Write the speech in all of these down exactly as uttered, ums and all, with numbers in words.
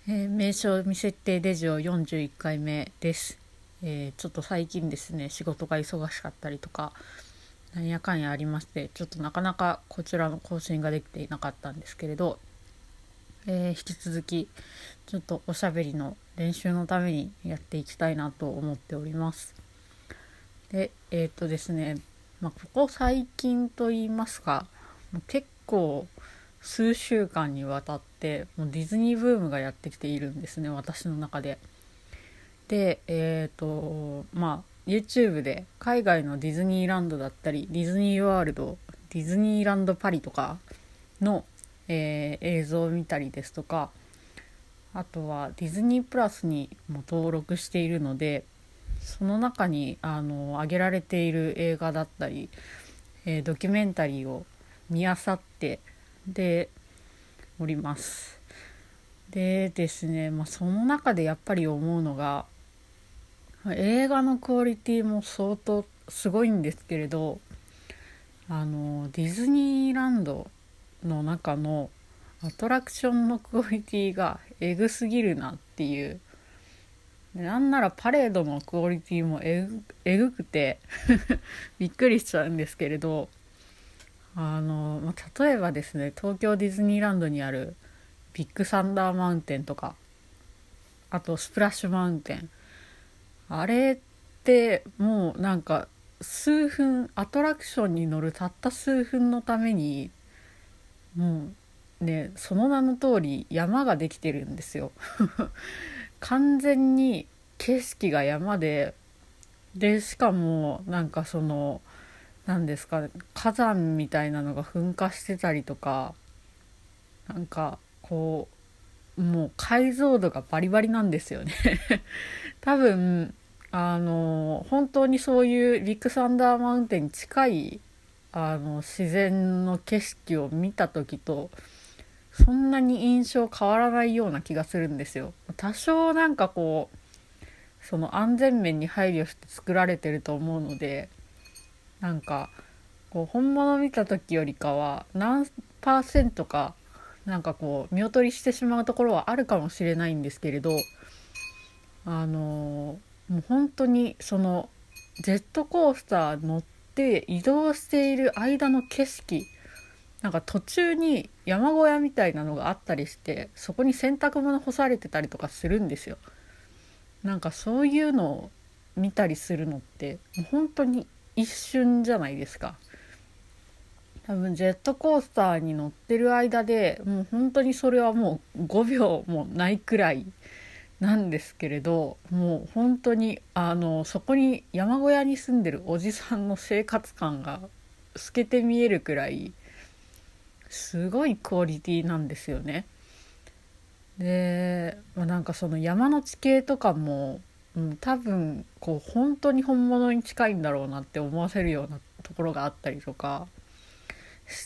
えー、名称未設定レジオよんじゅういっかいめです、えー、ちょっと最近ですね仕事が忙しかったりとかなんやかんやありまして、ちょっとなかなかこちらの更新ができていなかったんですけれど、えー、引き続きちょっとおしゃべりの練習のためにやっていきたいなと思っております。でえっ、ー、とですね、まあ、ここ最近と言いますか、結構数週間にわたってもうディズニーブームがやってきているんですね、私の中で。でえっ、ー、とまあ YouTube で海外のディズニーランドだったりディズニーワールド、ディズニーランドパリとかの、えー映像を見たりですとか、あとはディズニープラスにも登録しているので、その中にあの上げられている映画だったり、えードキュメンタリーを見漁ってでおります。でですね、まあ、その中でやっぱり思うのが、映画のクオリティも相当すごいんですけれど、あのディズニーランドの中のアトラクションのクオリティがエグすぎるなっていう。なんならパレードのクオリティもえぐ、えぐくてびっくりしちゃうんですけれど、あの、まあ、例えばですね、東京ディズニーランドにあるビッグサンダーマウンテンとか、あとスプラッシュマウンテン、あれってもうなんか数分、アトラクションに乗るたった数分のためにもうね、その名の通り山ができてるんですよ完全に景色が山で、でしかもなんかそのなんですかね、火山みたいなのが噴火してたりとか、なんかこうもう解像度がバリバリなんですよね多分あの本当にそういうビッグサンダーマウンテンに近いあの自然の景色を見た時とそんなに印象変わらないような気がするんですよ。多少なんかこうその安全面に配慮して作られてると思うので、なんかこう本物見た時よりかは何パーセントかなんかこう見劣りしてしまうところはあるかもしれないんですけれど、あのもう本当にそのジェットコースター乗って移動している間の景色、なんか途中に山小屋みたいなのがあったりして、そこに洗濯物干されてたりとかするんですよ。なんかそういうのを見たりするのってもう本当に一瞬じゃないですか。多分ジェットコースターに乗ってる間でもう本当にそれはもうごびょうもないくらいなんですけれど、もう本当にあのそこに山小屋に住んでるおじさんの生活感が透けて見えるくらいすごいクオリティなんですよね。で、まあ、なんかその山の地形とかも、うん、多分こう本当に本物に近いんだろうなって思わせるようなところがあったりとかして、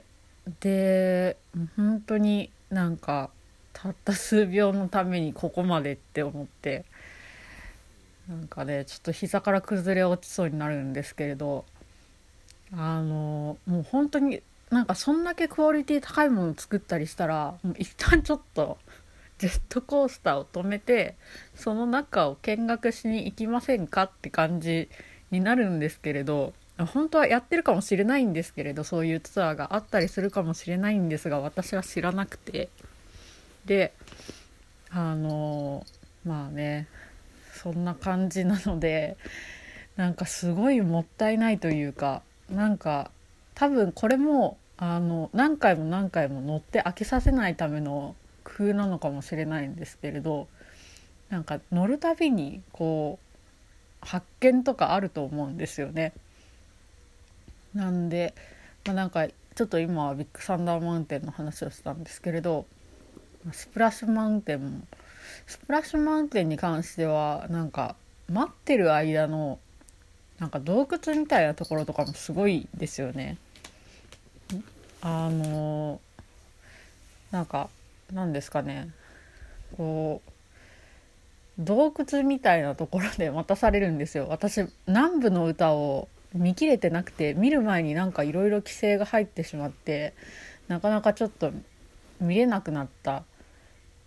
で本当になんかたった数秒のためにここまでって思って、なんかねちょっと膝から崩れ落ちそうになるんですけれど、あのもう本当になんかそんだけクオリティ高いものを作ったりしたら、もう一旦ちょっとジェットコースターを止めてその中を見学しに行きませんかって感じになるんですけれど、本当はやってるかもしれないんですけれど、そういうツアーがあったりするかもしれないんですが、私は知らなくて、であのまあね、そんな感じなので、なんかすごいもったいないというか、なんか多分これもあの何回も何回も乗って飽きさせないための工夫なのかもしれないんですけれど、なんか乗るたびにこう発見とかあると思うんですよね。なんで、まあ、なんかちょっと今はビッグサンダーマウンテンの話をしたんですけれど、スプラッシュマウンテンもスプラッシュマウンテンに関してはなんか待ってる間のなんか洞窟みたいなところとかもすごいですよね。あのなんかなんですかね、こう洞窟みたいなところで待たされるんですよ。私南部の歌を見切れてなくて、見る前になんかいろいろ規制が入ってしまってなかなかちょっと見れなくなった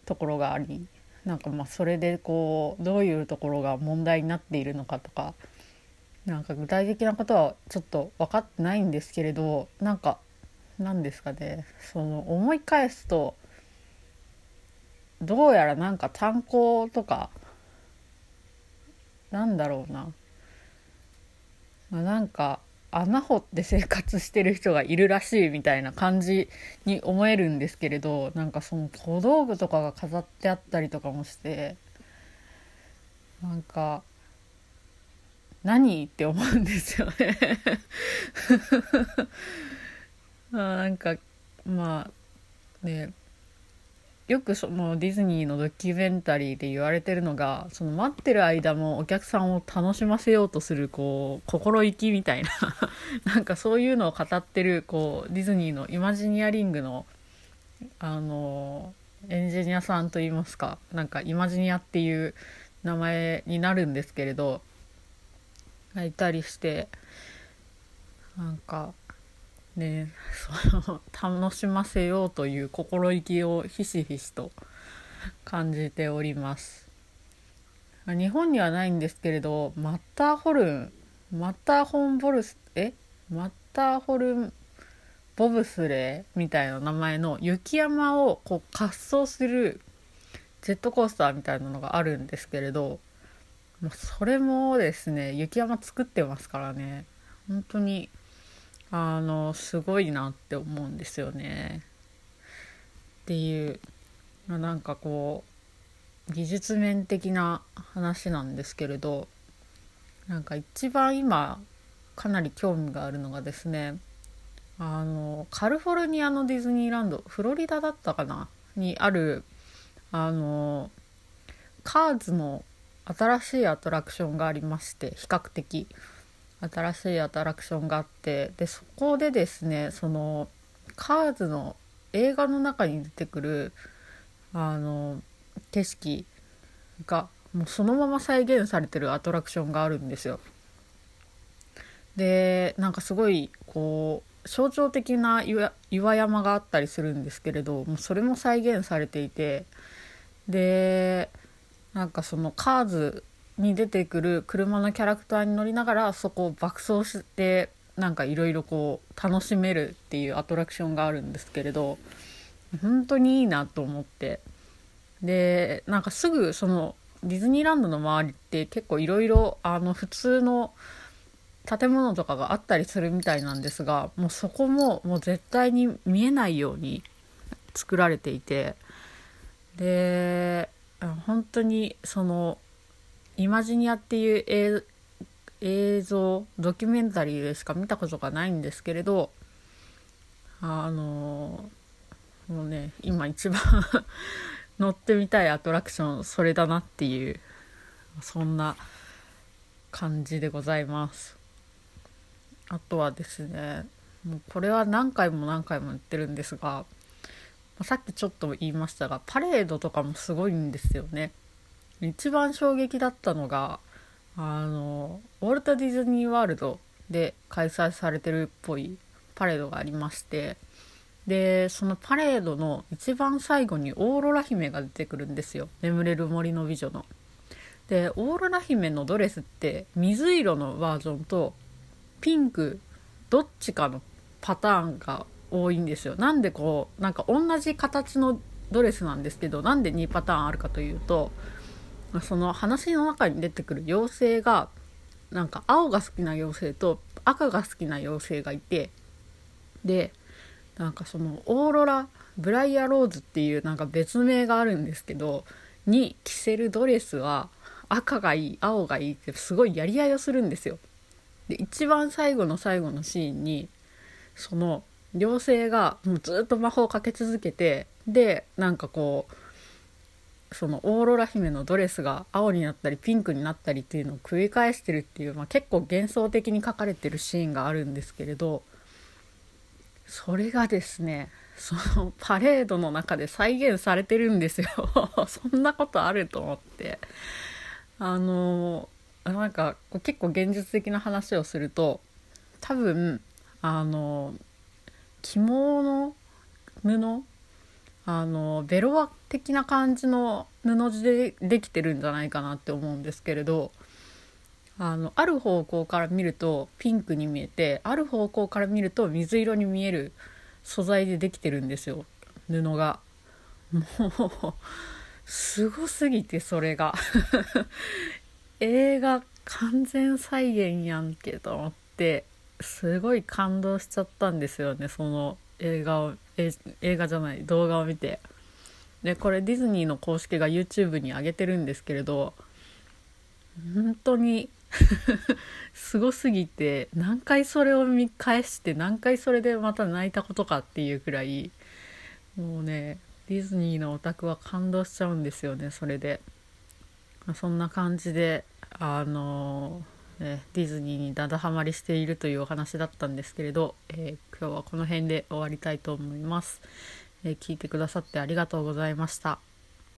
ところがあり、なんかまあそれでこうどういうところが問題になっているのかとか、なんか具体的なことはちょっと分かってないんですけれど、なんかなんですかね、その思い返すとどうやらなんか炭鉱とかなんだろうな、なんか穴掘って生活してる人がいるらしいみたいな感じに思えるんですけれど、なんかその小道具とかが飾ってあったりとかもして、なんか何って思うんですよねあなんかまあね、よくそのディズニーのドキュメンタリーで言われてるのが、その待ってる間もお客さんを楽しませようとするこう心意気みたいななんかそういうのを語ってるこうディズニーのイマジニアリングのあのエンジニアさんといいますか、なんかイマジニアっていう名前になるんですけれど、がいたりして、なんかね、その楽しませようという心意気をひしひしと感じております。日本にはないんですけれど、マッターホルンマッターホンボルスえマッターホルンボブスレーみたいな名前の雪山をこう滑走するジェットコースターみたいなのがあるんですけれど、それもですね、雪山作ってますからね、本当にあのすごいなって思うんですよね。っていう、なんかこう技術面的な話なんですけれど、なんか一番今かなり興味があるのがですね、あのカリフォルニアのディズニーランド、フロリダだったかなにあるあのカーズの新しいアトラクションがありまして、比較的新しいアトラクションがあって、でそこでですね、そのカーズの映画の中に出てくるあの景色がもうそのまま再現されてるアトラクションがあるんですよ。でなんかすごいこう象徴的な岩、岩山があったりするんですけれど、もうそれも再現されていて、でなんかそのカーズに出てくる車のキャラクターに乗りながらそこを爆走してなんかいろいろこう楽しめるっていうアトラクションがあるんですけれど、本当にいいなと思って、でなんかすぐそのディズニーランドの周りって結構いろいろあの普通の建物とかがあったりするみたいなんですが、もうそこももう絶対に見えないように作られていて、で本当にそのイマジニアっていう映像ドキュメンタリーでしか見たことがないんですけれど、あのもうね今一番乗ってみたいアトラクションそれだなっていう、そんな感じでございます。あとはですね、もうこれは何回も何回も言ってるんですが、さっきちょっと言いましたがパレードとかもすごいんですよね。一番衝撃だったのがあのウォルト・ディズニー・ワールドで開催されてるっぽいパレードがありまして、でそのパレードの一番最後にオーロラ姫が出てくるんですよ、眠れる森の美女の。でオーロラ姫のドレスって水色のバージョンとピンクどっちかのパターンが多いんですよ。なんでこうなんか同じ形のドレスなんですけど、なんでにパターンあるかというと、その話の中に出てくる妖精がなんか青が好きな妖精と赤が好きな妖精がいて、でなんかそのオーロラブライアローズっていうなんか別名があるんですけどに着せるドレスは赤がいい青がいいってすごいやり合いをするんですよ。で一番最後の最後のシーンにその妖精がもうずっと魔法をかけ続けて、でなんかこうそのオーロラ姫のドレスが青になったりピンクになったりっていうのを繰り返してるっていう、まあ、結構幻想的に描かれてるシーンがあるんですけれど、それがですねそのパレードの中で再現されてるんですよそんなことあると思って、あのなんか結構現実的な話をすると、多分あの着物布あのベロア的な感じの布地でできてるんじゃないかなって思うんですけれど、あのある方向から見るとピンクに見えて、ある方向から見ると水色に見える素材でできてるんですよ、布が。もうすごすぎて、それが映画完全再現やんけと思って、すごい感動しちゃったんですよね、その映画をえ映画じゃない動画を見て。でこれディズニーの公式が YouTube に上げてるんですけれど、本当にすごすぎて、何回それを見返して何回それでまた泣いたことかっていうくらい、もうねディズニーのオタクは感動しちゃうんですよね、それで。そんな感じであのね、ディズニーにだだハマりしているというお話だったんですけれど、えー今日はこの辺で終わりたいと思います。えー聞いてくださってありがとうございました。